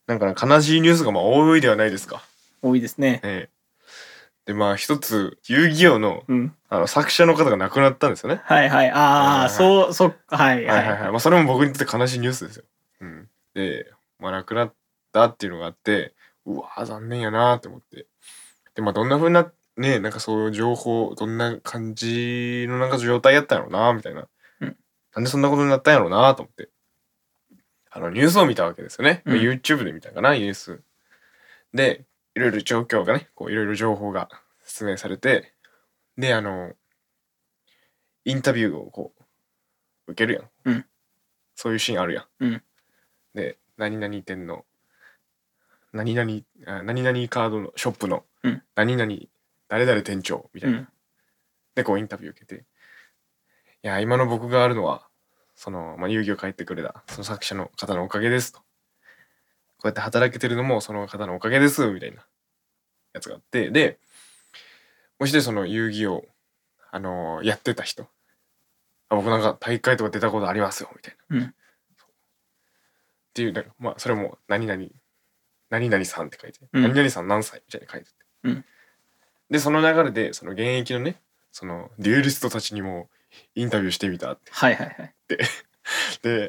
なんか悲しいニュースがまあ多いではないですか。 多いですね。 でまあ一つ遊戯王の、作者の方が亡くなったんですよね。 はいはい。ああ、そうはいはい。 まあそれも僕にとって悲しいニュースですよ。でまあ亡くなったっていうのがあって、うわー残念やなーって思って。でまあどんな風なね、なんかそういう情報どんな感じのなんか状態やったんやろうなーみたいな、なんでそんなことになったんやろうなーと思って、ニュースを見たわけですよね。YouTube で見たかな、ニュースでいろいろ状況がね、こういろいろ情報が説明されて、でインタビューをこう受けるやん、そういうシーンあるやん、で何々店の何々カードのショップの何々誰々店長みたいな、でこうインタビュー受けて、いや今の僕があるのはその、遊戯を書いてくれたその作者の方のおかげですと、こうやって働けてるのもその方のおかげですみたいなやつがあって、でもしでその遊戯をやってた人、僕なんか大会とか出たことありますよみたいな、っていうなんかまあそれも何々さんって書いて、何々さん何歳みたいな書いてて、でその流れでその現役のねそのデュエリストたちにもインタビューしてみたって、で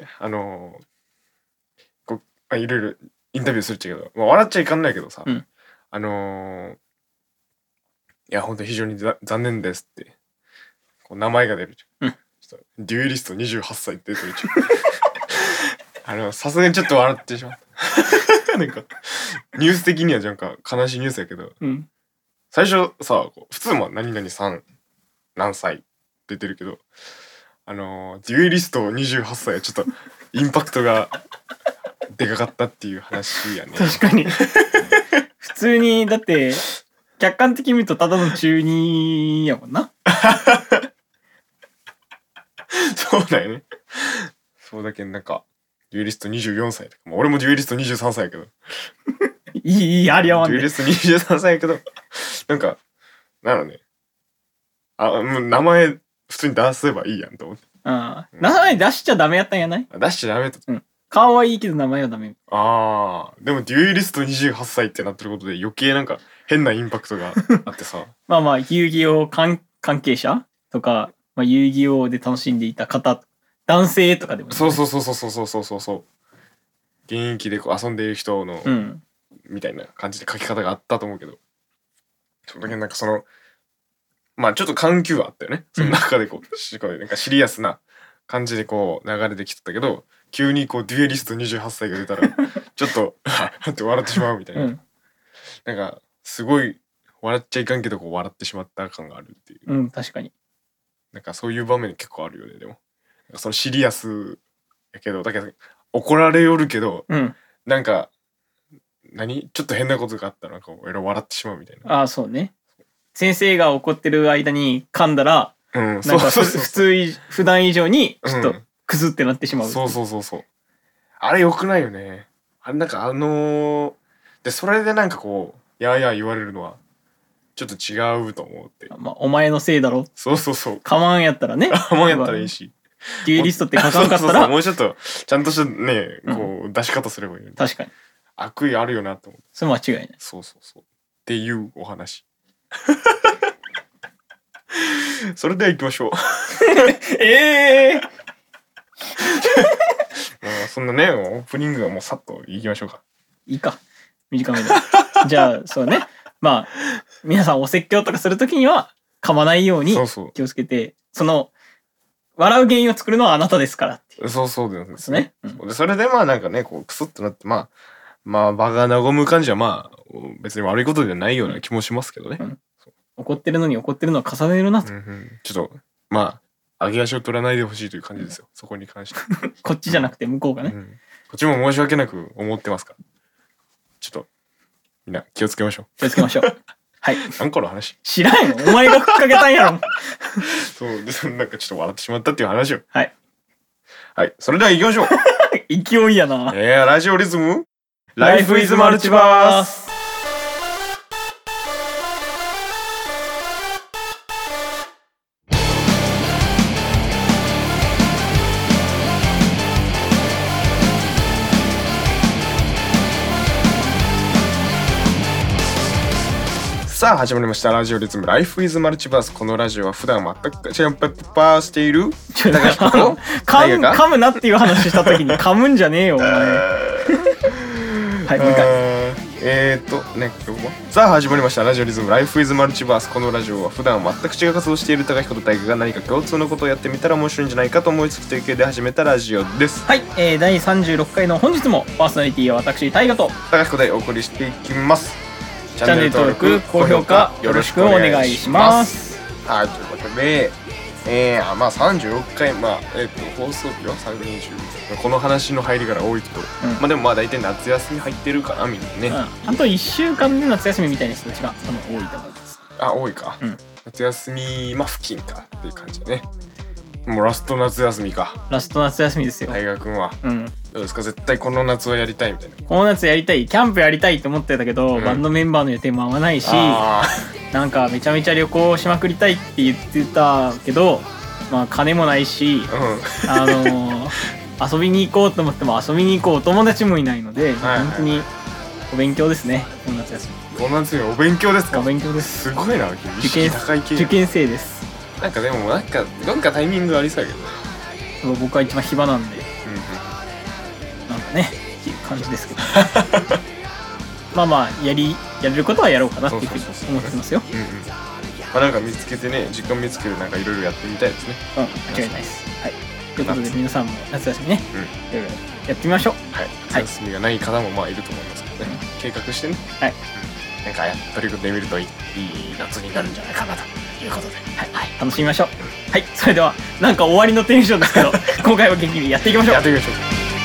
こういろいろインタビューするっちゃけど、笑っちゃいかんないけどさ、いや本当に非常に残念ですってこう名前が出るじゃん、デュエリスト28歳って出てるじゃんさすがにちょっと笑ってしまったなんかニュース的にはなんか悲しいニュースやけど、最初さ普通も何々さん何歳出てるけど、デュエリスト28歳はちょっとインパクトがでかかったっていう話やね。 確かに普通にだって客観的に見るとただの中二やもんなそうだよね。そうだけどなんかデュエリスト24歳とか、俺もデュエリスト23歳やけどいいありゃわんデュエリスト23歳やけどなんかなのね、もう名前普通に出せばいいやんと思って。 名前出しちゃダメやったんやない？ 出しちゃダメと。 顔はいいけど名前はダメ。 でもデュエリスト28歳ってなってることで余計なんか変なインパクトがあってさまあ遊戯王関係者とか、遊戯王で楽しんでいた方、男性とかでも、 そう現役でこう遊んでいる人の、みたいな感じで書き方があったと思うけど、その時なんかそのちょっと緩急はあったよね、その中でこうなんかシリアスな感じでこう流れてきてたけど、急にこうデュエリスト28歳が出たらちょっとって笑ってしまうみたいな、なんかすごい笑っちゃいかんけどこう笑ってしまった感があるっていう。 確かになんかそういう場面結構あるよね。でもそのシリアスやけどだけど怒られよるけど、なんかちょっと変なことがあったらこう笑ってしまうみたいな。 そうね。先生が怒ってる間に噛んだら、なんか普段以上にちょっとクズってなってしまう。 そう。あれ良くないよね。あれなんかでそれでなんかこうやや言われるのはちょっと違うと思って。 お前のせいだろ。 そう。 かまんやったらね。 かまんやったらいいし。 デュエリストって書かんかったらもうちょっとちゃんとしたねこう出し方すればいい。 確かに。 悪意あるよなと思って。 それ間違いない。 そう。っていうお話。それでは行きましょう。そんなねオープニングはもうさっと行きましょうか。 いいか短めでじゃあそうね、皆さんお説教とかするときには噛まないように気をつけて、その笑う原因を作るのはあなたですからっていう。 そうですね。それでなんかねこうクスッとなって場が和む感じは別に悪いことではないような気もしますけどね。 怒ってるのに怒ってるのは重ねるなと。 ちょっと上げ足を取らないでほしいという感じですよ、そこに関してこっちじゃなくて向こうがね、 こっちも申し訳なく思ってますから、ちょっとみんな気をつけましょう。はい。何個の話知らんよ、お前がふっかけたんやろそうでなんかちょっと笑ってしまったっていう話を。 はい、 それでは行きましょう勢いやな。 ラジオリズムライフイズマルチバース。 さあ始まりましたラジオリズム Life is Multiverse。このラジオは普段全くチャンパッパーしている高彦と噛むなっていう話した時に噛むんじゃねえよお前はいもう一回さあ始まりましたラジオリズム Life is Multiverse。このラジオは普段全く違う活動をしている高彦と大河が何か共通のことをやってみたら面白いんじゃないかと思いつきという系で始めたラジオです。 はい、第36回の本日もパーソナリティは私大河と高彦でお送りしていきます。 チャンネル登録高評価よろしくお願いします。 はい、ということでまあ36回放送日は30この話の入りから多いけど、まあでもまあ大体夏休み入ってるかなみんなね、 あと1週間で夏休みみたいな人たちが多分多いと思います。 多いか、夏休み付近かっていう感じだね。もうラスト夏休みか。 ラスト夏休みですよ。 大河君は、どうですか？絶対この夏はやりたいみたいな。 この夏やりたい、キャンプやりたいと思ってたけど、バンドメンバーの予定も合わないし、なんかめちゃめちゃ旅行しまくりたいって言ってたけど、まあ金もないし、遊びに行こうと思っても遊びに行こうお友達もいないので、本当にお勉強ですね。この夏休み。 この夏休みお勉強ですか？ お勉強です。 すごいな。意識高い系。 受験生です。 なんかでもなんかタイミングありそうやけどね。 僕は一番暇なんで、なんかねっていう感じですけどまあやれることはやろうかなっていうふうに思ってますよ。 まあなんか見つけてね、時間見つけるなんかいろいろやってみたいですね。 間違いないです。はい。ということで皆さんも夏休みね、いろいろやってみましょう。 はい。夏休みがない方もまあいると思いますけどね。計画してね。はい。なんか取り組んでみるといい夏になるんじゃないかなということで、 楽しみましょう。はい。それではなんか終わりのテンションですけど、今回は元気にやっていきましょう。 やっていきましょう。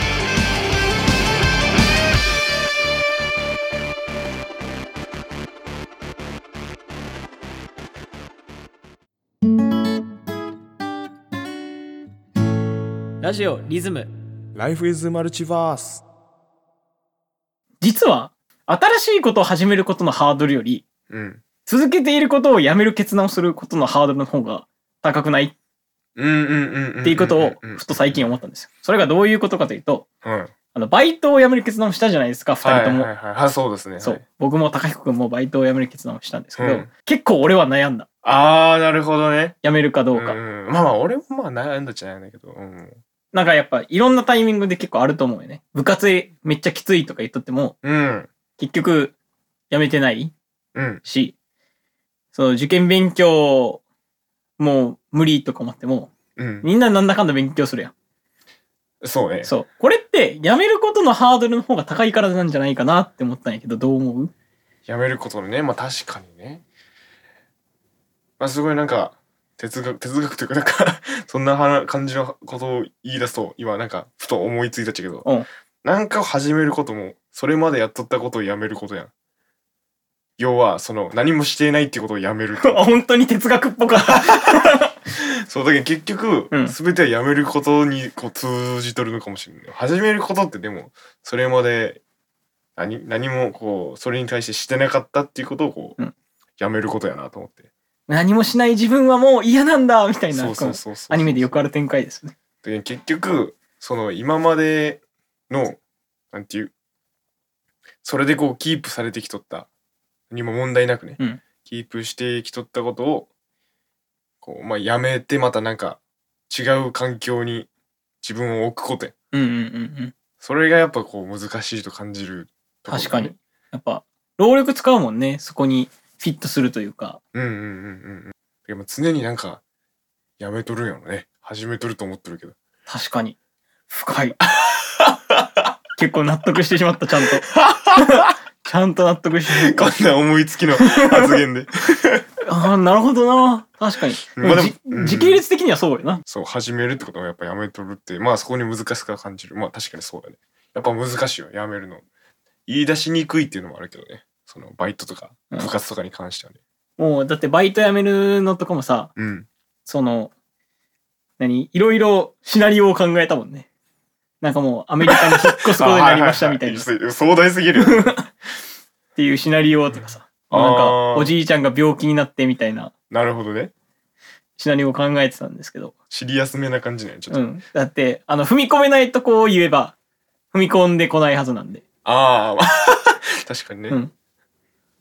ラジオリズム Life is Multiverse。 実は新しいことを始めることのハードルより、続けていることをやめる決断をすることのハードルの方が高くないっていうことをふと最近思ったんですよ。それがどういうことかというと、バイトを辞める決断をしたじゃないですか、2人とも。 そうですね。 そう。僕も高彦君もバイトを辞める決断をしたんですけど、結構俺は悩んだ。 なるほどね。 辞めるかどうか。 まあ俺もまあ悩んだっちゃ悩んだけど。 なんかやっぱいろんなタイミングで結構あると思うよね。部活めっちゃきついとか言っとっても、結局辞めてないし、その受験勉強もう無理とか思っても、みんななんだかんだ勉強するやん。 そうね。 そう。これって辞めることのハードルの方が高いからなんじゃないかなって思ったんやけど、どう思う？ 辞めることのね、まあ確かにね。まあすごいなんか哲学というかなんかそんな感じのことを言い出すと今なんかふと思いついたっちゃけど、なんかを始めることもそれまでやっとったことをやめることやん。要はその何もしていないっていうことをやめると。 本当に哲学っぽかった。 そうだけど結局、全てはやめることにこう通じとるのかもしれない。始めることってでもそれまで何もこうそれに対してしてなかったっていうことをこう、やめることやなと思って。 何もしない自分はもう嫌なんだみたいなアニメでよくある展開ですね。 で結局その今までのなんていうそれでこうキープされてきとった何も問題なくね、キープしてきとったことをこうやめてまたなんか違う環境に自分を置くことや。それがやっぱこう難しいと感じるところ、ね。確かにやっぱ労力使うもんね、そこにフィットするというか。 でも常になんかやめとるんやろね。始めとると思ってるけど。 確かに深い。結構納得してしまったちゃんと。ちゃんと納得してしまった。 こんな思いつきの発言で。 なるほどな。確かに。時系列的にはそうよな。 そう始めるってことはやっぱやめとるってまあそこに難しさ感じる。まあ確かにそうだね。やっぱ難しいよやめるの。言い出しにくいっていうのもあるけどね。そのバイトとか部活とかに関してはね。 もうだってバイト辞めるのとかもさ、そのいろいろシナリオを考えたもんね。なんかもうアメリカに引っ越すことになりましたみたいな。 壮大すぎるよ。 っていうシナリオとかさ、なんかおじいちゃんが病気になってみたいな。 なるほどね。 シナリオを考えてたんですけど。 シリアスめな感じねちょっと。 だって踏み込めないとこを言えば踏み込んでこないはずなんで。 確かにね。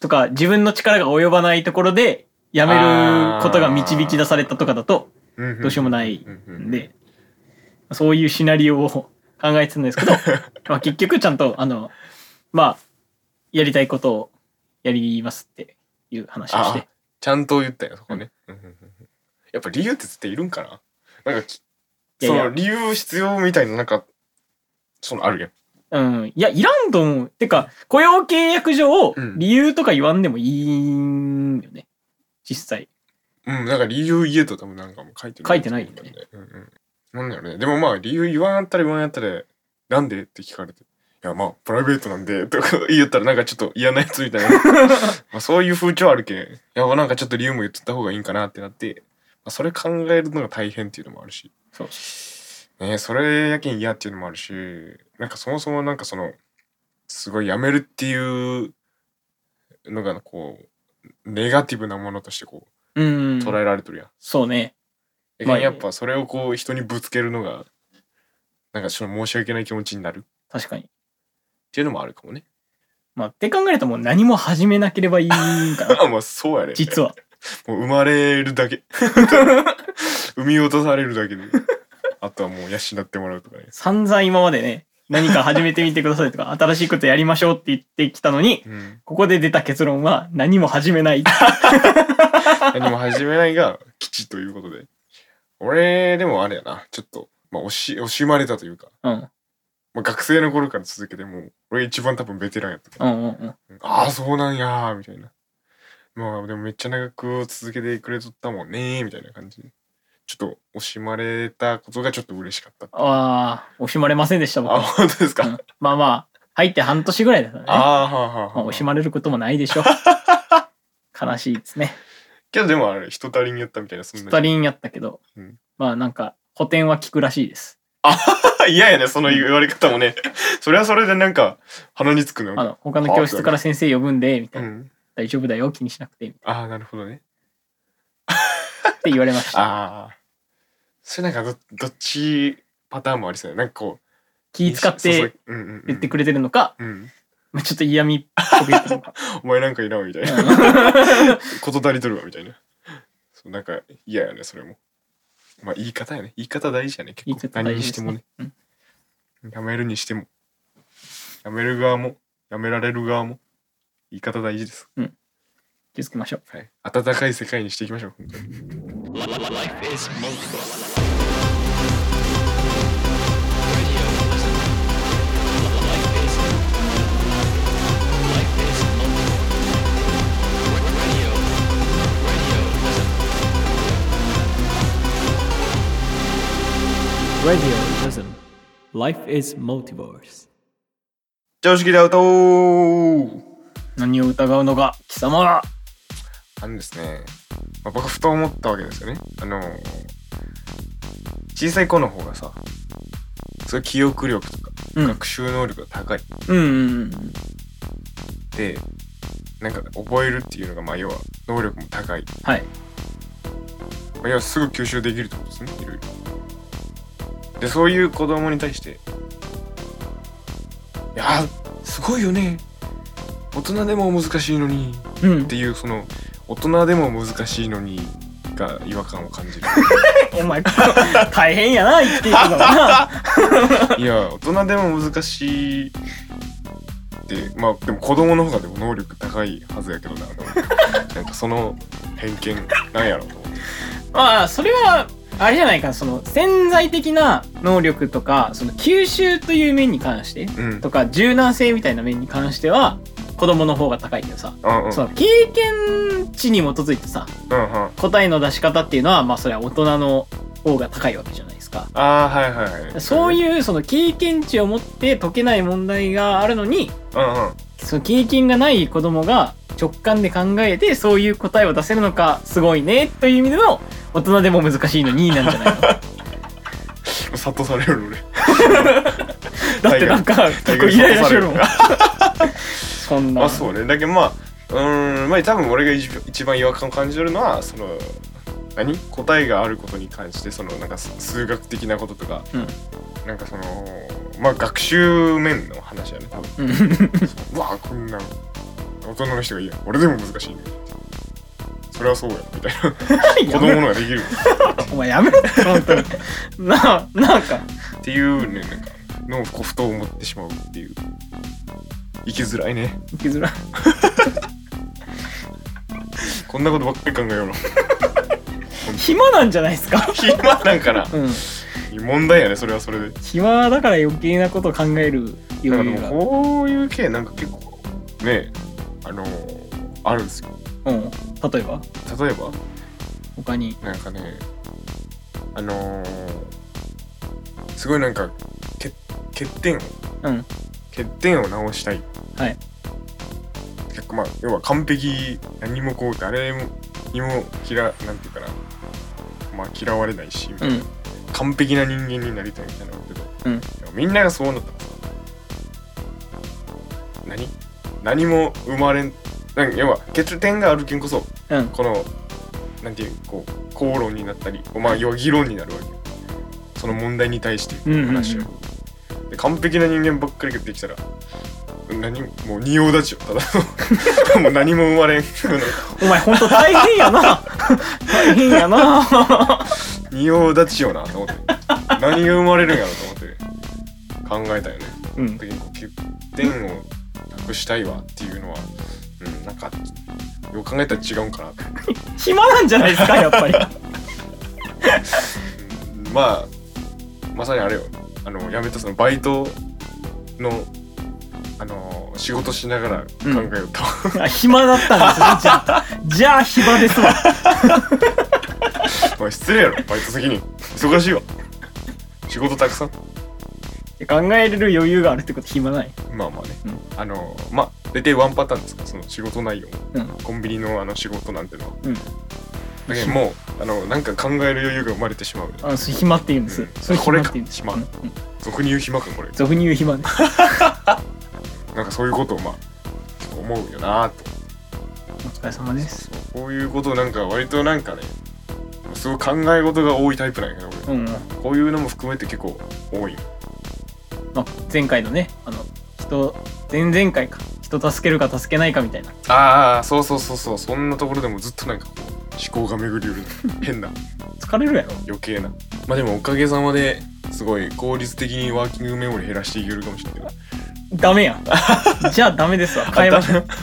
とか自分の力が及ばないところでやめることが導き出されたとかだとどうしようもないんで、そういうシナリオを考えてたんですけどまあ結局ちゃんとまあやりたいことをやりますっていう話をしてちゃんと言ったよそこね、やっぱ理由って絶対いるんかな。なんかその理由必要みたいななんかそのあるやん。 いやいらんと思う。てか雇用契約上理由とか言わんでもいいんよね実際。 なんか理由言えと多分なんかも書いてないよね。 なんだろうね。でもまあ理由言わんやったら言わんやったらなんでって聞かれて、いやまあプライベートなんでとか言ったらなんかちょっと嫌なやつみたいなまあそういう風潮あるけん、いやなんかちょっと理由も言っとった方がいいんかなってなって、それ考えるのが大変っていうのもあるし、 そうね、それやけん嫌っていうのもあるし、なんかそもそもなんかそのすごいやめるっていうのがこうネガティブなものとしてこう捉えられとるやん。そうね。やっぱそれをこう人にぶつけるのがなんかちょっと申し訳ない気持ちになる。 確かに。 っていうのもあるかもね。 まあって考えるともう何も始めなければいいんかな。 まあそうやね。 実は。 もう生まれるだけ。産み落とされるだけで。あとはもう養ってもらうとかね。 散々今までね、何か始めてみてくださいとか、新しいことやりましょうって言ってきたのに、ここで出た結論は何も始めない。 何も始めないが吉ということで。俺でもあれやな、ちょっと、まあ惜しまれたというか、まあ、学生の頃から続けてもう俺一番多分ベテランやったから、ああそうなんやーみたいな。まあでもめっちゃ長く続けてくれとったもんねーみたいな感じで、ちょっと惜しまれたことがちょっと嬉しかった。 惜しまれませんでした僕は。 本当ですか。 まあまあ入って半年ぐらいだったね。惜しまれることもないでしょ。悲しいですね。 けどでもあれ人足りんやったみたいな。 人足りんやったけど、まあなんか補填は効くらしいです。 嫌やねその言われ方もね。それはそれでなんか鼻につくの。 他の教室から先生呼ぶんでみたいな、大丈夫だよ気にしなくてみたいな。 なるほどね。 って言われました。 それなんかどっちパターンもありそうや。なんかこう気使って言ってくれてるのか、ちょっと嫌味っぽく言ってるのか。 お前なんかいらんみたいな。こと足りとるわみたいな。そうなんか嫌やねそれも。まあ言い方やね。言い方大事やね。結構何にしてもね。やめるにしても、やめる側もやめられる側も言い方大事です。 気をつけましょう。 はい。温かい世界にしていきましょう。本当に。 Radio Rhythm. Life is Multiverse. 常識で歌おう。 何を疑うのか貴様は。 ですね、僕はふと思ったわけですよね。小さい子の方がさ、そういう記憶力とか、学習能力が高い。で、なんか覚えるっていうのがまあ要は能力も高い。 はい。 要はすぐ吸収できるってことですね。いろいろ。でそういう子供に対して、いやすごいよね。大人でも難しいのに、っていうその大人でも難しいのにが違和感を感じる。 お前大変やな生きていくのな。 いや大人でも難しいってまあでも子供の方がでも能力高いはずやけどな。なんかその偏見なんやろうと思って。 まあそれはあれじゃないかな、その潜在的な能力とかその吸収という面に関して、とか柔軟性みたいな面に関しては子供の方が高いけどさ、その経験値に基づいてさ、答えの出し方っていうのはまあそれは大人の方が高いわけじゃないですか。そういうその経験値を持って解けない問題があるのに、その経験がない子供が直感で考えてそういう答えを出せるのかすごいねという意味での大人でも難しいの2なんじゃないの。 諭される俺。 だってなんか結構イライラしてるもん。そんな。 そうね。だけどまあ多分俺が一番違和感を感じるのはその答えがあることに関してそのなんか数学的なこととか、なんかそのまあ学習面の話やね多分。うわこんなん大人の人がいいや俺でも難しいねそれはそうやみたいな子供のができるお前やめろって本当になんかっていうねなんかのふと思ってしまうっていう生きづらいね生きづらいこんなことばっかり考えようの暇なんじゃないですか暇なんかな、問題やねそれはそれで暇だから余計なことを考えるようにはこういう系なんか結構ねあるんですよ例えば他になんかねすごいなんか欠点を直したいはい結構まあ要は完璧何もこう誰にもなんていうかなまあ嫌われないし、完璧な人間になりたいみたいなのだけど、みんながそうなったらさ何も生まれん要は欠点があるけんこそ、このなんていうこう口論になったりまあ要は議論になるわけよその問題に対して話を、で完璧な人間ばっかりができたらもう仁王立ちよただもう何も生まれんお前ほんと大変やな大変やな仁王立ちよなと思って何が生まれるんやろと思って考えたよね、欠点をなくしたいわっていうのはなんかよく考えたら違うんかな暇なんじゃないですかやっぱりまさにあれよ辞めたそのバイトの仕事しながら考えようと、 暇だったんですねじゃあ暇ですわおい失礼やろバイト責任忙しいわ仕事たくさん考えれる余裕があるってこと暇ないまあね、まあ大体ワンパターンですかその仕事内容、コンビニの仕事なんてのは、だけどもうなんか考える余裕が生まれてしまう、 それ暇って言うんです、それこれか暇、俗に言う暇かこれ俗に言う暇ですなんかそういうことを思うよなとお疲れ様ですこういうことをなんか割となんかねすごい考え事が多いタイプなんやけどこういうのも含めて結構多いよ、 前回のね前々回か人助けるか助けないかみたいなそうそんなところでもずっとなんかこう思考が巡り寄る変な疲れるやろ余計なまあでもおかげさまですごい効率的にワーキングメモリ減らしていけるかもしれないダメやんじゃあダメですわ変えましょう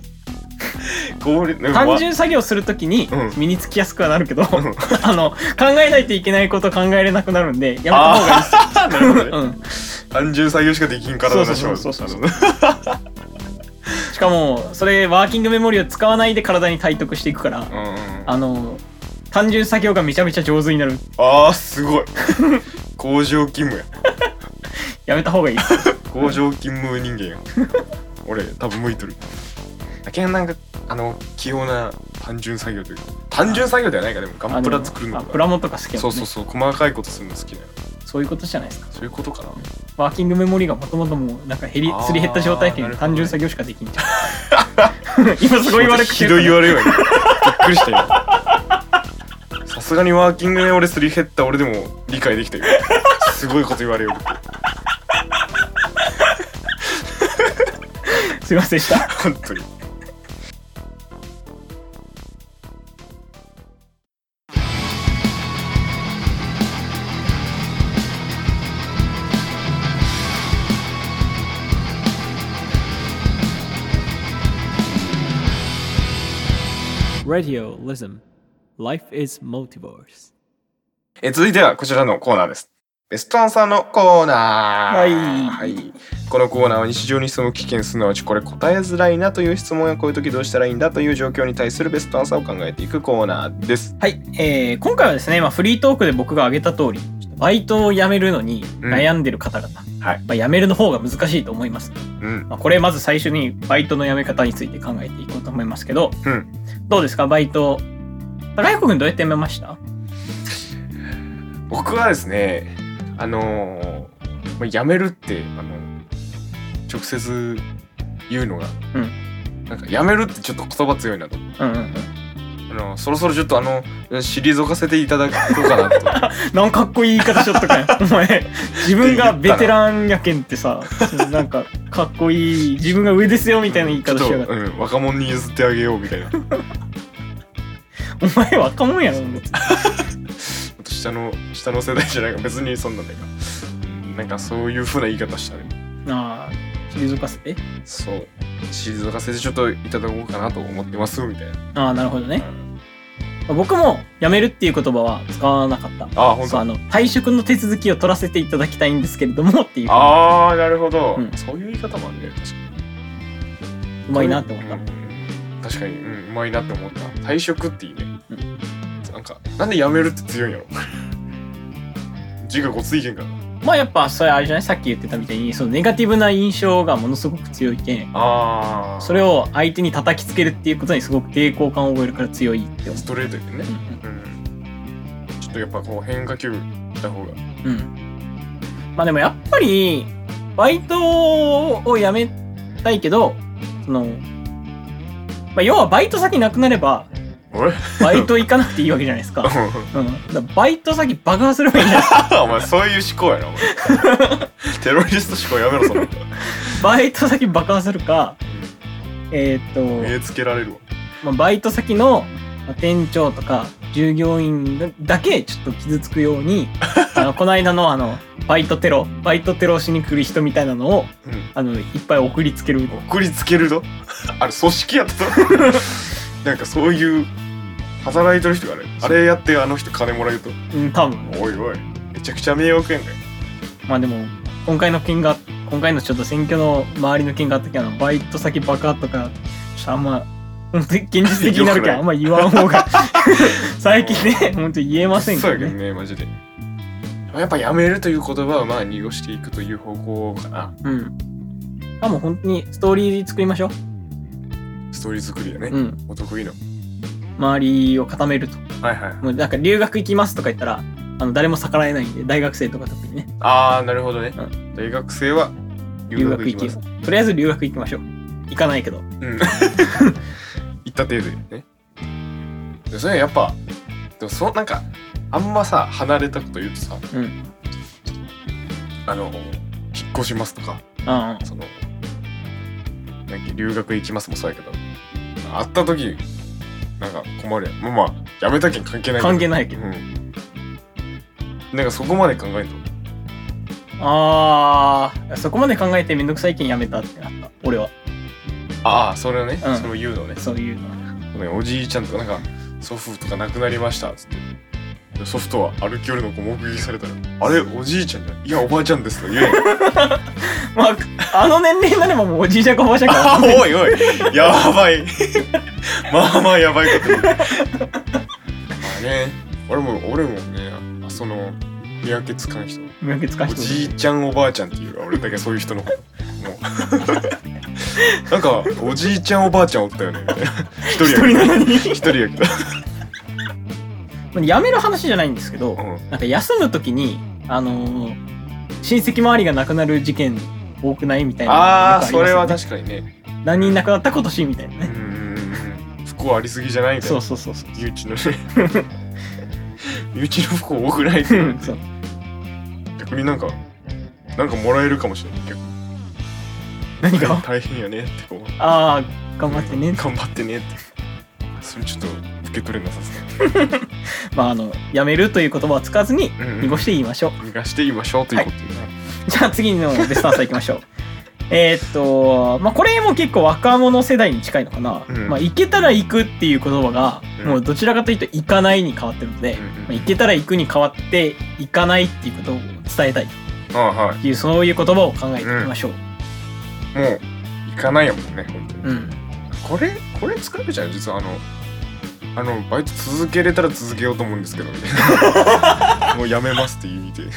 単純作業するときに身につきやすくはなるけど、考えないといけないこと考えれなくなるんでやめた方がいいですなるほどね、単純作業しかできん体なしまうそうしかもそれワーキングメモリを使わないで体に体得していくから、単純作業がめちゃめちゃ上手になるすごい工場勤務ややめた方がいいです工場勤務人間や俺多分向いとるだけどなんか器用な単純作業というか単純作業ではないかでもガンプラ作るのとかプラモとか好きなのねそう細かいことするの好きだよそういうことじゃないですかそういうことかなワーキングメモリがもともともうなんかすり減った状態っていうの単純作業しかできんじゃん今すごい言われてひどい言われよびっくりしたよさすがにワーキングメモリすり減った俺でも理解できたよすごいこと言われよるすいませんでした本当に Radio Lism Life is Multiverse 続いてはこちらのコーナーです。ベストアンサーのコーナー。はい。このコーナーは日常に潜む危険すなわちこれ答えづらいなという質問やこういう時どうしたらいいんだという状況に対するベストアンサーを考えていくコーナーです。 はい。今回はですね、フリートークで僕が挙げた通りバイトを辞めるのに悩んでる方々、辞めるの方が難しいと思います。これまず最初にバイトの辞め方について考えていこうと思いますけど、どうですかバイト。高彦君どうやって辞めました？ 僕はですね、辞めるって直接言うのが、なんか辞めるってちょっと言葉強いなと。 そろそろちょっと退かせていただこうかなとなんかかっこいい言い方しちゃったかよお前自分がベテランやけんってさなんかかっこいい自分が上ですよみたいな言い方しやがって、 若者に譲ってあげようみたいなお前若者やろ下の世代じゃないか別にそんなんだけどなんかそういう風な言い方したね。 ああ退かせてそう退かせてちょっといただこうかなと思ってますみたいな。 ああなるほどね、僕も辞めるっていう言葉は使わなかった。 あ本当。 退職の手続きを取らせていただきたいんですけれどもっていう。 ああなるほど、そういう言い方もあるね。確かにうまいなって思った、 確かに、うまいなって思った。退職っていいね、なんで辞めるって強いんやろ字がごついけんから。 まあやっぱそれあれじゃない、さっき言ってたみたいにそのネガティブな印象がものすごく強いけん、それを相手に叩きつけるっていうことにすごく抵抗感を覚えるから強いって思う。 ストレートでね、ちょっとやっぱこう変化球した方がまあでもやっぱりバイトを辞めたいけど要はバイト先なくなればバイト行かなくていいわけじゃないですか。だバイト先爆破すればいいんじゃないですか。 お前そういう思考やなお前テロリスト思考やめろそのバイト先爆破するか目つけられるわ、バイト先の店長とか従業員だけちょっと傷つくようにこの間のバイトテロしに来る人みたいなのを、いっぱい送りつけるのあれ組織やったとなんかそういう働いてる人があれやって人金もらえると多分おいおいめちゃくちゃ迷惑やんかい。 まあでも今回のちょっと選挙の周りの件があった時バイト先爆破とかちょっとあんま現実的になるけどあんま言わん方が最近ね本当言えませんからね。 そうやけどねマジでやっぱやめるという言葉はまあ濁していくという方向かな。 もう本当にストーリー作りましょう。 ストーリー作りやね、お得意の周りを固めると。もうなんか留学行きますとか言ったら誰も逆らえないんで、大学生とか特にね。 ああなるほどね、大学生は留学行きます。 とりあえず留学行きましょう。行かないけど行った程度でね。それやっぱでもなんかあんまさ離れたこと言うとさ、引っ越しますとか、なんか留学行きますもそうやけど会った時なんか困るやん。まあやめたけん関係ないけど、 なんかそこまで考えるとそこまで考えてめんどくさいけんやめたってなった俺は。 それをね、それを言うのね。 そういうのおじいちゃんとかなんか祖父とか亡くなりましたっつって祖父とは歩き寄るのを目撃されたらあれおじいちゃんじゃんいやおばあちゃんですと言えまあ年齢になればもうおじいちゃんかおばあちゃんかおいやばいまあやばいこと言うまあね俺もね見分けつかん人おじいちゃんおばあちゃんっていう俺だけそういう人のもうなんかおじいちゃんおばあちゃんおったよねみたいな一人やけどやめる話じゃないんですけど、なんか休む時に親戚周りが亡くなる事件多くないみたいな、 それは確かにね。 何人亡くなった今年みたいなね。 不幸ありすぎじゃないみたいな。 そう身内のね身内の不幸多くないって逆になんかもらえるかもしれない。結構何が大変やねってこう頑張ってねってそれちょっと受け取れなさそうやめるという言葉は使わずに濁して言いましょう。 濁して言いましょうということで、 じゃあ次のベストアンサーいきましょう。これも結構若者世代に近いのかな。行けたら行くっていう言葉がもうどちらかというと行かないに変わってるので、行けたら行くに変わって行かないっていうことを伝えたいという、そういう言葉を考えていきましょう。 もう行かないやもんね本当に。これ使えるじゃん実はバイト続けれたら続けようと思うんですけどみたいなもうやめますっていう意味でい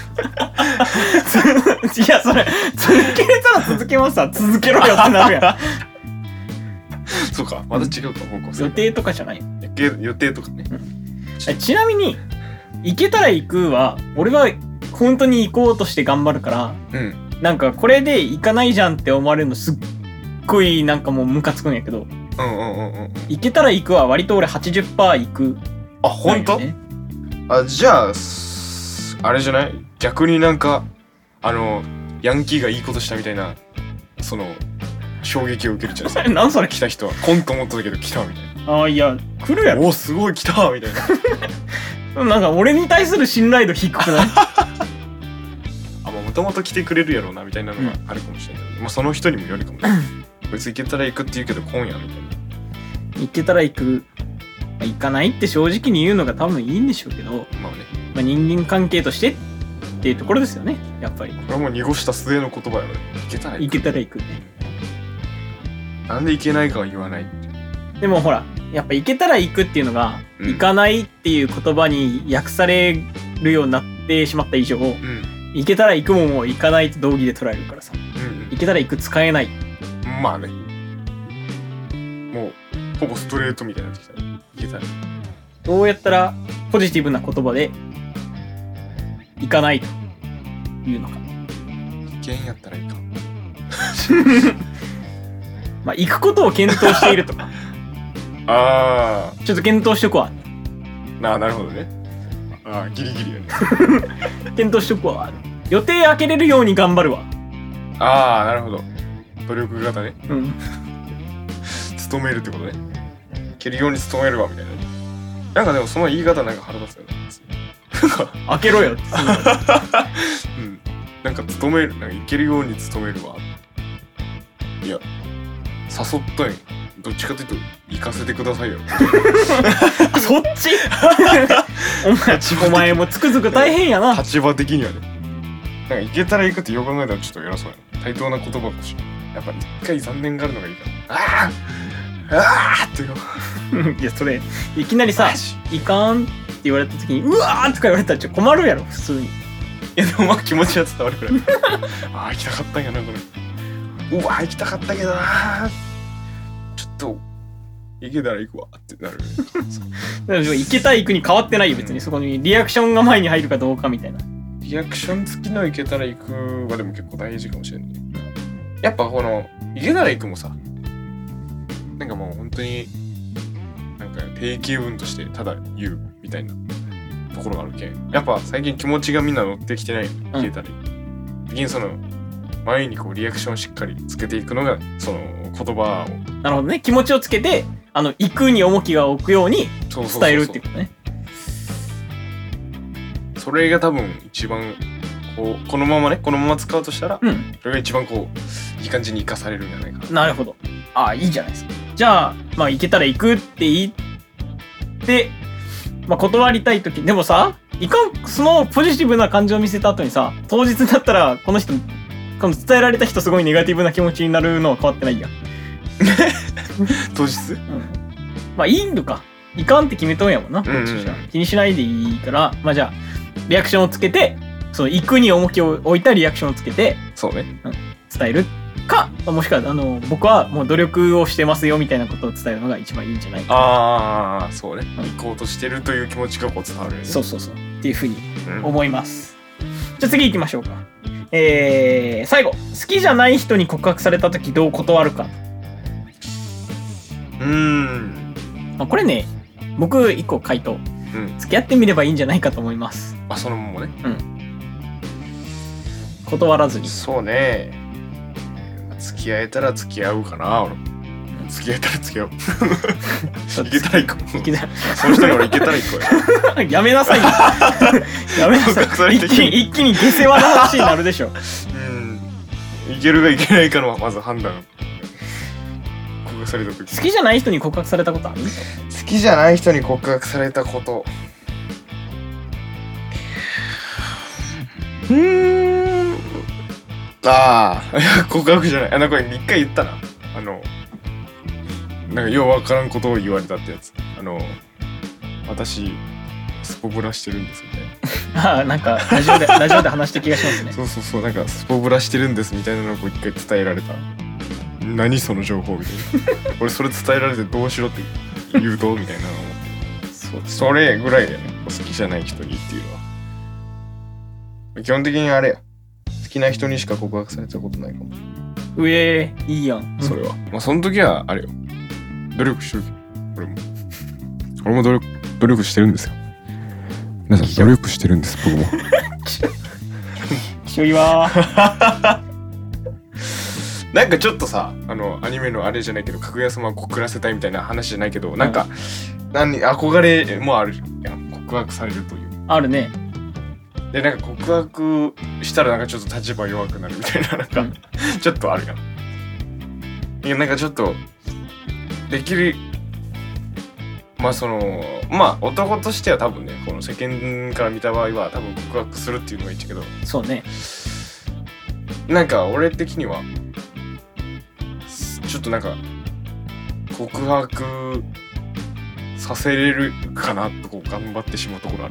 やそれ続けれたら続けますわ続けろよってなるやんそうかまた違うか方向性予定とかじゃない予定とかね、 ちなみに行けたら行くは俺は本当に行こうとして頑張るから、なんかこれで行かないじゃんって思われるのすっごいなんかもうムカつくんやけど行けたら行くは割と俺 80% 行く。 あ、ほんと？あ、じゃああれじゃない？逆になんかヤンキーがいいことしたみたいなその衝撃を受けるじゃないですか。 なんそれ？ 来た人はコンと思ったけど来たみたいな。 あ、いや来るやろ。 お、すごい来たみたいな。なんか俺に対する信頼度低くない？ あ、もともと来てくれるやろうなみたいなのがあるかもしれない、まあその人にもよるかもね。こいつ行けたら行くって言うけど今夜みたいな。 行けたら行く、行かないって正直に言うのが多分いいんでしょうけど、 まあね、 まあ、人間関係としてっていうところですよね、やっぱり。これはもう濁した末の言葉やろね。行けたら行く。 行けたら行くね。 なんで行けないかは言わない。 でもほら、やっぱ行けたら行くっていうのが、行かないっていう言葉に訳されるようになってしまった以上、行けたら行くも行かないと同義で捉えるからさ、行けたら行く使えない。 まあね、もうほぼストレートみたいになってきたね。行けたら。 どうやったらポジティブな言葉で行かないというのか。 行けんやったらいいか。 まあ行くことを検討しているとか。 ああ。 ちょっと検討しとくわ。 なるほどね。ああ、ギリギリやね。 検討しとくわ。予定開けれるように頑張るわ。 ああ、なるほど。努力型ね。 うん。 努めるってことね。開けるように努めるわみたいな。なんかでもその言い方なんか腹立つよね。 開けろよって。 うん。なんか努める、なんかいけるように努めるわ。いや、誘ったんよ。どっちかというと行かせてくださいよ。 そっち？お前もつくづく大変やな。 立場的にはね。なんか行けたら行くってよく考えたらちょっと偉そうやな。対等な言葉かしら。やっぱ一回残念があるのがいいから。ああってよ。 いやそれいきなりさいかんって言われた時にうわーとか言われたらちょっと困るやろ普通に。いやでもまあ気持ちは伝わるくらい。ああ行きたかったんやなこれ。うわ行きたかったけどな。ちょっと行けたら行くわってなる。 行けたら行くに変わってないよ別に、そこにリアクションが前に入るかどうかみたいな。 リアクション付きの行けたら行くはでも結構大事かもしれない。やっぱこの行けたら行くもさ、なんかもう本当になんか定型文としてただ言うみたいなところがあるけん、やっぱ最近気持ちがみんな乗ってきてない。行けたら行く、その前にこうリアクションをしっかりつけていくのがその言葉を、 なるほどね、気持ちをつけて行くに重きが置くように伝えるっていうことね。 それが多分一番このまま使うとしたら、それが一番いい感じに生かされるんじゃないかな。 なるほど。ああ、いいじゃないですか。じゃあまあ行けたら行くって言って、まあ断りたい時でもさ、そのポジティブな感情を見せた後にさ、当日になったらこの伝えられた人すごいネガティブな気持ちになるのは変わってないやん。 当日？ まあいいのか。いかんって決めとんやもんな。気にしないでいいから、まあじゃあリアクションをつけて、その行くに重きを置いたリアクションをつけて、 そうね、 伝えるか、もしくは僕はもう努力をしてますよみたいなことを伝えるのが一番いいんじゃないかな。 ああ、そうね、行こうとしてるという気持ちが伝わるよね。 そうっていうふうに思います。じゃあ次行きましょうか。最後、好きじゃない人に告白された時どう断るか。これね、僕一個回答、付き合ってみればいいんじゃないかと思います。 あ、そのままね。 断らずに。 そうね。付き合えたら付き合うかな。俺付き合えたら付き合う。行けたら行こう。その人に俺行けたら行こう。 やめなさい。やめなさい。一気に下世話な話になるでしょ。 行けるか行けないかのまず判断。告白された時。 好きじゃない人に告白されたことある？ 好きじゃない人に告白されたこと。ああ、告白じゃない。これ一回言ったな。なんかようわからんことを言われたってやつ。私スポブラしてるんですみたいな。 なんかラジオで話した気がしますね。 そう、なんかスポブラしてるんですみたいなのを一回伝えられた。何その情報みたいな。俺それ伝えられてどうしろって言うとみたいなのを思って。それぐらいだよね。好きじゃない人にっていうのは。基本的にあれや。好きな人にしか告白されたことないかも。 いいやん。 それは。まあその時はあれよ。 努力してる。俺も努力してるんですよ。皆さん努力してるんです、僕も。 きしょいわなんかちょっとさ、アニメのあれじゃないけど、かぐや様を告らせたいみたいな話じゃないけど、なんか、憧れもあるやん。告白されるという。 あるね。 で、なんか告白したらなんかちょっと立場弱くなるみたいな、なんか、ちょっとあるやん。いや、なんかちょっと、できる、まあ男としては多分ね、この世間から見た場合は多分告白するっていうのがいいんだけど、 そうね。 なんか俺的にはちょっとなんか告白させれるかなとこう頑張ってしまうところある。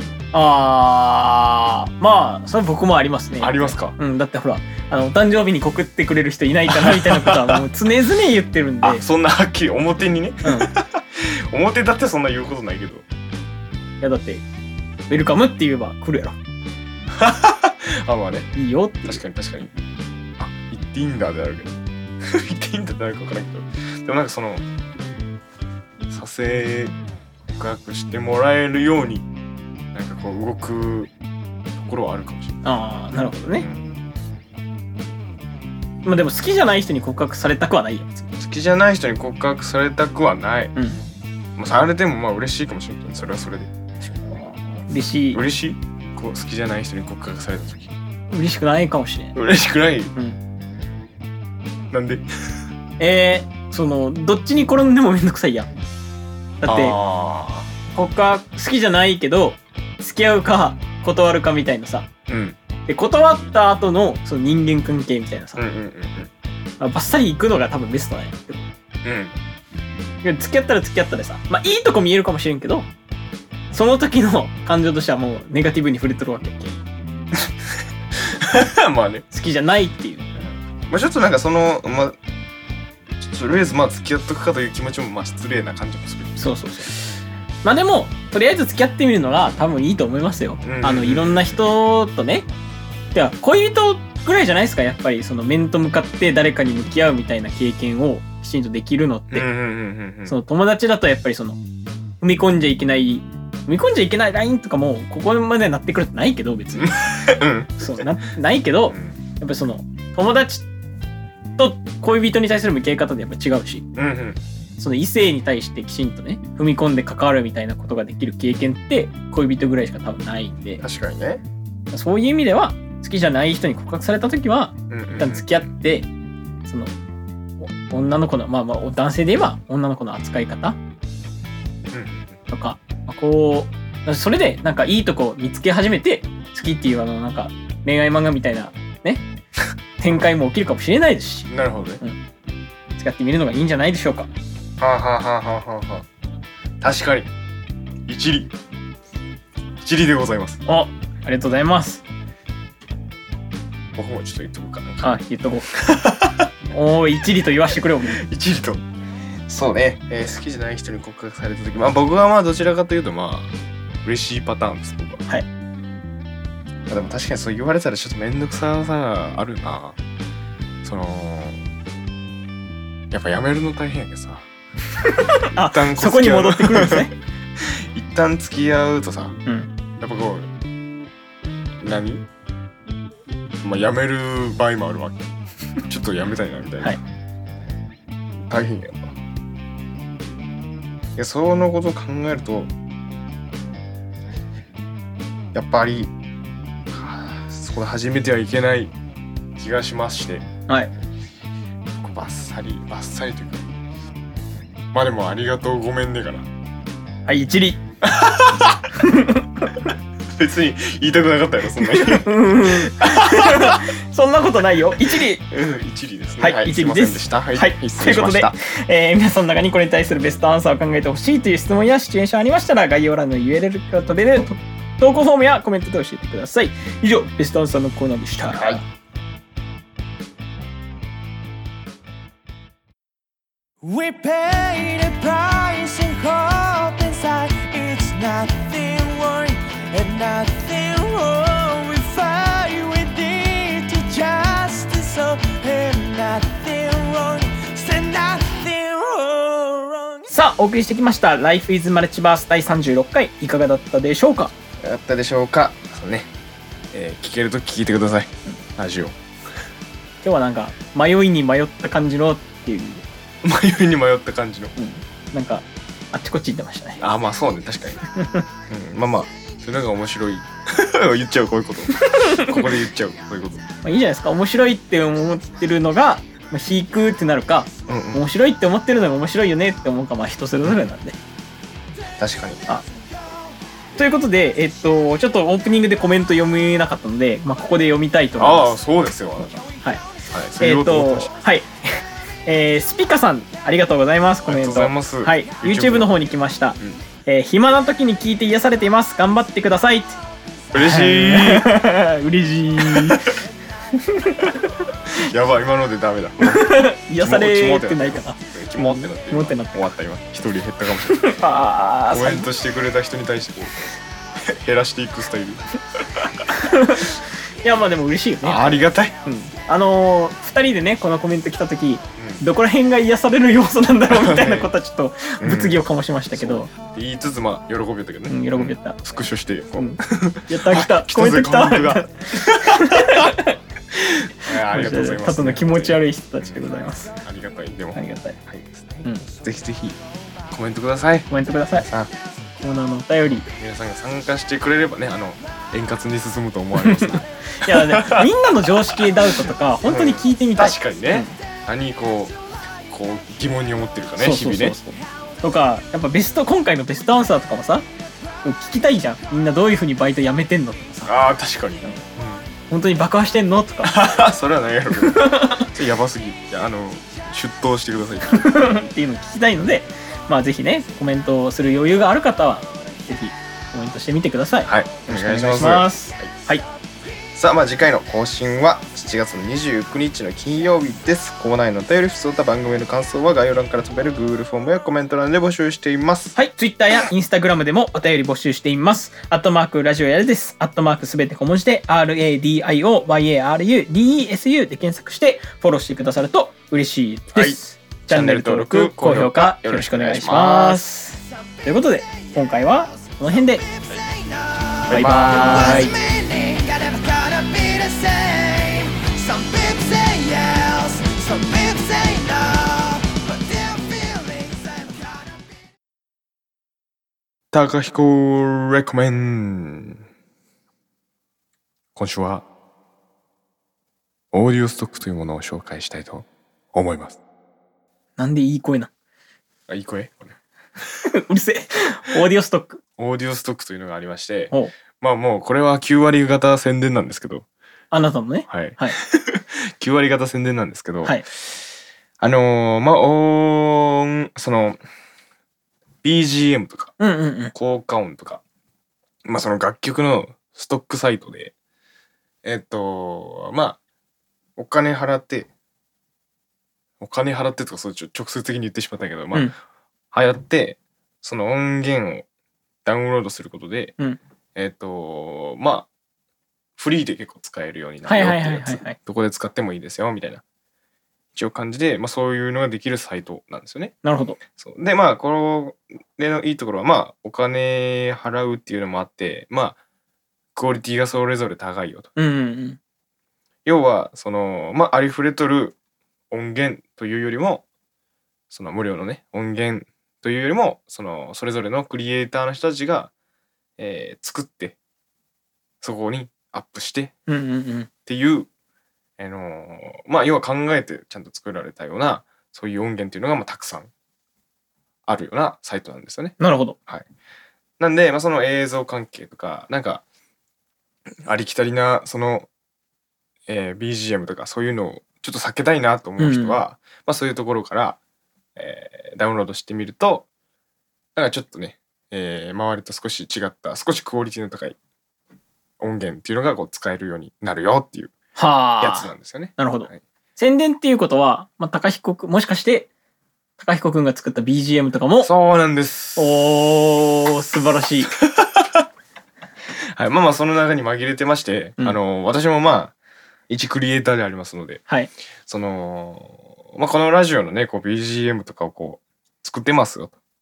まあそれ僕もありますね。 ありますか？ うん、だってほらお誕生日に告ってくれる人いないかなみたいなことはもう常々言ってるんで。 あ、そんなはっきり表にね。うん、表だってそんな言うことないけど。 いやだってウェルカムって言えば来るやろ。 あ、まあね。 いいよって。 確かに。あ、言っていいんだってなるけど。言っていいんだってなるか分からんけど。でもなんか告白してもらえるようになんかこう動くところはあるかもしれない。 ああ、なるほどね。まあでも好きじゃない人に告白されたくはないやつ。 好きじゃない人に告白されたくはない。 うん。 まあされてもまあ嬉しいかもしれないけど、それはそれで。 嬉しい。 嬉しい？こう好きじゃない人に告白された時。 嬉しくないかもしれん。 嬉しくない？ うん。 なんで？ どっちに転んでもめんどくさいやん。だって告白好きじゃないけど付き合うか断るかみたいなさ。 うん。 で断った後のその人間関係みたいなさ。バッサリ行くのが多分ベストなんやけど。うん。付き合ったら付き合ったでさ、まあいいとこ見えるかもしれんけど、その時の感情としてはもうネガティブに触れてるわけやけ。 まあね。 好きじゃないっていう。 まあちょっとなんかとりあえずまあ付き合っとくかという気持ちもまあ失礼な感じもする。 そう。まあでもとりあえず付き合ってみるのが多分いいと思いますよ。いろんな人とね。では恋人ぐらいじゃないですか、やっぱり面と向かって誰かに向き合うみたいな経験をきちんとできるのって。友達だとやっぱり踏み込んじゃいけないラインとかもここまでなってくるとないけど別に。ないけど、やっぱり友達と恋人に対する向き合い方でやっぱ違うし、異性に対してきちんとね踏み込んで関わるみたいなことができる経験って恋人ぐらいしか多分ないんで。 確かにね。 そういう意味では好きじゃない人に告白された時は一旦付き合って女の子のまあ男性で言えば女の子の扱い方とか、それでなんかいいとこ見つけ始めて好きっていうなんか恋愛漫画みたいなね展開も起きるかもしれないですし。 なるほどね。 使ってみるのがいいんじゃないでしょうか。 確かに一理でございます。 ありがとうございます。 僕もちょっと言っとこうかな。 言っとこう。おー、一理と言わしてくれよ。 一理と。そうね、好きじゃない人に告白された時、まあ僕はまあどちらかというとまあ嬉しいパターンです、僕は。はい。でも確かにそう言われたらちょっとめんどくささあるな。やっぱやめるの大変やけどさ。 一旦そこに戻ってくるんですね。 一旦付き合うとさ、やっぱこうまあやめる場合もあるわけ。ちょっとやめたいなみたいな。はい、大変やな。いや、そのことを考えるとやっぱりそこで始めてはいけない気がしまして。はい。バッサリというか、まあでもありがとうごめんねかな。 はい、一理。 別に言いたくなかったよ、そんなに。 そんなことないよ。一理。 一理ですね。 はい、一理です。はい、ということで、皆さんの中にこれに対するベストアンサーを考えてほしいという質問やシチュエーションありましたら、概要欄の URL から飛べる投稿フォームやコメントで教えてください。以上、ベストアンサーのコーナーでした。はい。We pay the price and hope inside. It's nothing worrying and nothing wrong. We fight with it to justice, so and nothing wrong. Say nothing wrong. さあお送りしてきました「Life is Multiverse」第36回いかがだったでしょうか。 だったでしょうか。そうね、聞けると聞いてください、ラジオ。 今日はなんか迷いに迷った感じのっていう迷いに迷った感じの、 なんかあっちこっち行ってましたね。 あ、まあそうね、確かに、まあまあそれなんか面白い言っちゃう、こういうことここで言っちゃう、こういうこと、 まあ、いいじゃないですか。面白いって思ってるのが、まあ、引くってなるか、面白いって思ってるのが面白いよねって思うか、まあ人それぞれなんで。 確かに。 ということで、ちょっとオープニングでコメント読めなかったので、まあ、ここで読みたいと思います。 そうですよ。 はい。はい。スピカさん、ありがとうございます。コメント。 ありがとうございます。 はい。YouTube の方に来ました。暇な時に聞いて癒されています。頑張ってください。 嬉しい。 嬉しい。 やばい、今のでダメだ。 癒されてないかな。 キモってなって。 キモってなって。 終わった今。一人減ったかもしれない。コメントしてくれた人に対してこう減らしていくスタイル。 いやまあでも嬉しいよね。 ありがたい。 2人でねこのコメント来た時、どこら辺が癒される要素なんだろうみたいなことはちょっと物議を醸しましたけど、 言いつつまあ喜びよったけどね。 喜びよった。 スクショしてやった来たコメント来た。 ありがとうございます。 ただの気持ち悪い人たちでございます。 ありがたい。でもありがたい。 ぜひぜひコメントください。 コメントください。コーナーのお便り皆さんが参加してくれればね、円滑に進むと思われます。いやね、みんなの常識ダウトとか本当に聞いてみたい。 確かにね。何こう疑問に思ってるかね、日々ね。 とかやっぱ今回のベストアンサーとかもさ聞きたいじゃん。みんなどういう風にバイト辞めてんのとかさ。 確かに。 本当に爆破してんのとか。 それはないやろ。それやばすぎ。出頭してください。 っていうのを聞きたいので、まあぜひねコメントをする余裕がある方はぜひコメントしてみてください。 はい、お願いします。はい。さあ、まあ次回の更新は7月の29日の金曜日です。コーナーへのお便り、ふつおた、番組の感想は概要欄から飛べる Google フォームやコメント欄で募集しています。 はい、Twitter や Instagram でもお便り募集しています。@ラジオやるです。@すべて小文字で RADIOYARUDESU で検索してフォローしてくださると嬉しいです。チャンネル登録、高評価よろしくお願いします。ということで今回はこの辺でバイバーイ。 高彦レコメン。今週はオーディオストックというものを紹介したいと思います。 なんでいい声な。 いい声うるせえ。オーディオストック。 オーディオストックというのがありまして、まあもうこれは9割型宣伝なんですけど。 あなたのね。 はい。9割型宣伝なんですけど、まあその BGM とか、効果音とか、まあその楽曲のストックサイトで、まあお金払ってとかそう直接的に言ってしまったけど、まあ流行ってその音源をダウンロードすることで、まあフリーで結構使えるようになるよっていうやつ、どこで使ってもいいですよみたいな一応感じで、まあそういうのができるサイトなんですよね。 なるほど。 そうで、まあこれのいいところは、まあお金払うっていうのもあって、まあクオリティがそれぞれ高いよと。要はそのまあありふれとる音源というよりも、その無料のね音源というよりも、それぞれのクリエイターの人たちが、作ってそこにアップしてっていう、まあ要は考えてちゃんと作られたようなそういう音源っていうのがまあたくさんあるようなサイトなんですよね。 なるほど。 はい。なんで、まあ、その映像関係とかなんかありきたりなその、BGM とかそういうのをちょっと避けたいなと思う人は、まあそういうところから、ダウンロードしてみるとなんかちょっとね、周りと少し違った少しクオリティの高い音源っていうのがこう使えるようになるよっていうやつなんですよね。 なるほど。宣伝っていうことは、まあ、高彦くんもしかして高彦くんが作った BGM とかも。 そうなんです。 おー素晴らしい。 はい、まあまあその中に紛れてまして、私もまあ一クリエイターでありますので、まあこのラジオのねこう BGM とかをこう作ってますよと。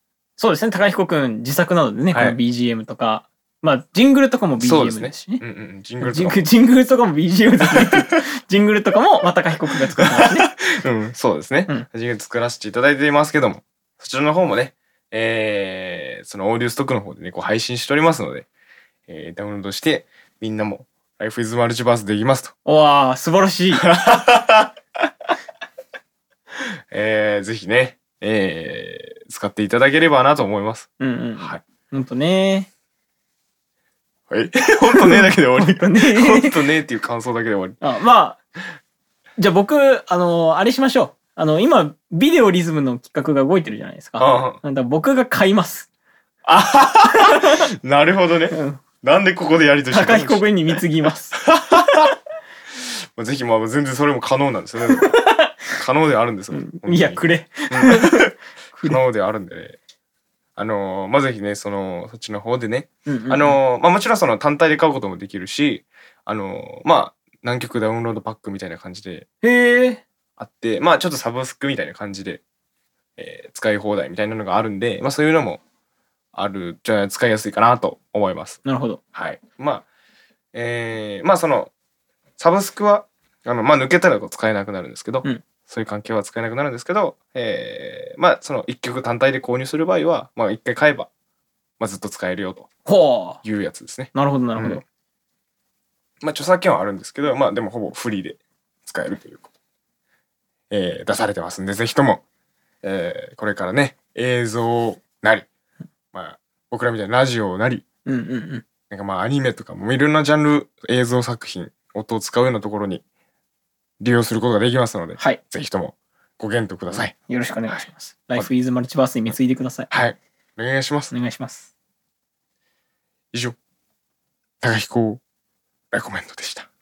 そうですね、高彦くん自作なのでね、この BGM とか、まあジングルとかも BGM ですしね。ジングルとかも BGM ですね。ジングルとかもまた高彦くんが作ってますね。 そうですね。ジングル作らせていただいていますけども、そちらの方もね、そのオーディオストックの方でね、こう配信しておりますので、ダウンロードしてみんなも Life is Multiverse できますと。 わあ、素晴らしい。 ぜひね、使っていただければなと思います。 はい。ほんとね。 はい。ほんとねだけで終わり。ほんとねっていう感想だけで終わり。 まあ、じゃあ僕、あれしましょう。今、ビデオリズムの企画が動いてるじゃないですか。なんだ僕が買います。 なるほどね。なんでここでやりとして高彦君に貢ぎます。 ぜひ、まあ全然それも可能なんですよね。可能であるんですよ。 いや、くれ。 可能であるんでね。まあぜひね、そっちの方でね。まあもちろんその単体で買うこともできるし、まあ、何曲ダウンロードパックみたいな感じであって、まあちょっとサブスクみたいな感じで、使い放題みたいなのがあるんで、まあそういうのもじゃあ使いやすいかなと思います。 なるほど。 はい。まあ、まあそのサブスクはまあ抜けたら使えなくなるんですけど、そういう関係は使えなくなるんですけど、まあその1曲単体で購入する場合は、まあ1回買えば、まあ、ずっと使えるよというやつですね。 なるほどなるほど。 まあ著作権はあるんですけど、まあでもほぼフリーで使えるということ、出されてますんで、ぜひとも、これからね、映像なり、まあ僕らみたいなラジオなり、なんかまあアニメとかもいろんなジャンル映像作品、音を使うようなところに利用することができますので、ぜひともご検討ください。 よろしくお願いします。Life is Multiverse に貢いでください。 はい。お願いします。 お願いします。 以上、高彦レコメンドでした。